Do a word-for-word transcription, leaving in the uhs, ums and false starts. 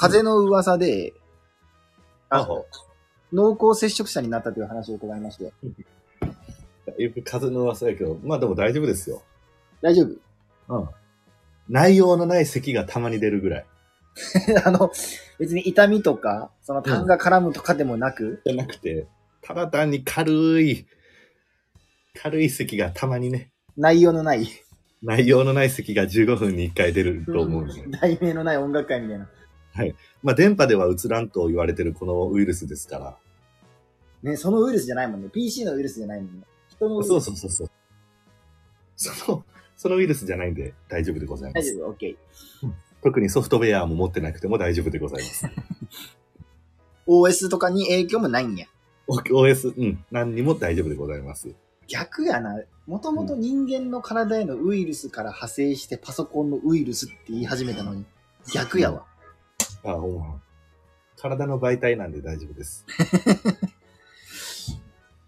風邪の噂で、 ああ濃厚接触者になったという話を伺いまして。 よく風邪の噂やけど、まあでも大丈夫ですよ。 大丈夫？ うん。内容のない咳がたまに出るぐらい。 あの、別に痛みとか、その痰が絡むとかでもなく、 じゃなくて、ただ単に軽い、軽い咳がたまにね、 内容のない、 内容のない咳がじゅうごふんにいっかい出ると思うんで。 題名のない音楽会みたいな。 はい。まあ電波では映らんと言われてるこのウイルスですから。 ね、そのウイルスじゃないもんね。ピーシー のウイルスじゃないもんね。人のウイルス。 そうそうそうそう。その、そのウイルスじゃないんで大丈夫でございます。 大丈夫、OK。 特にソフトウェアも持ってなくても大丈夫でございます。 オーエス とかに影響もないんや。 オーエス、うん、何にも大丈夫でございます。 逆やな。もともと人間の体へのウイルスから派生してパソコンのウイルスって言い始めたのに、逆やわ。 あ、ほんま。体の媒体なんで大丈夫です。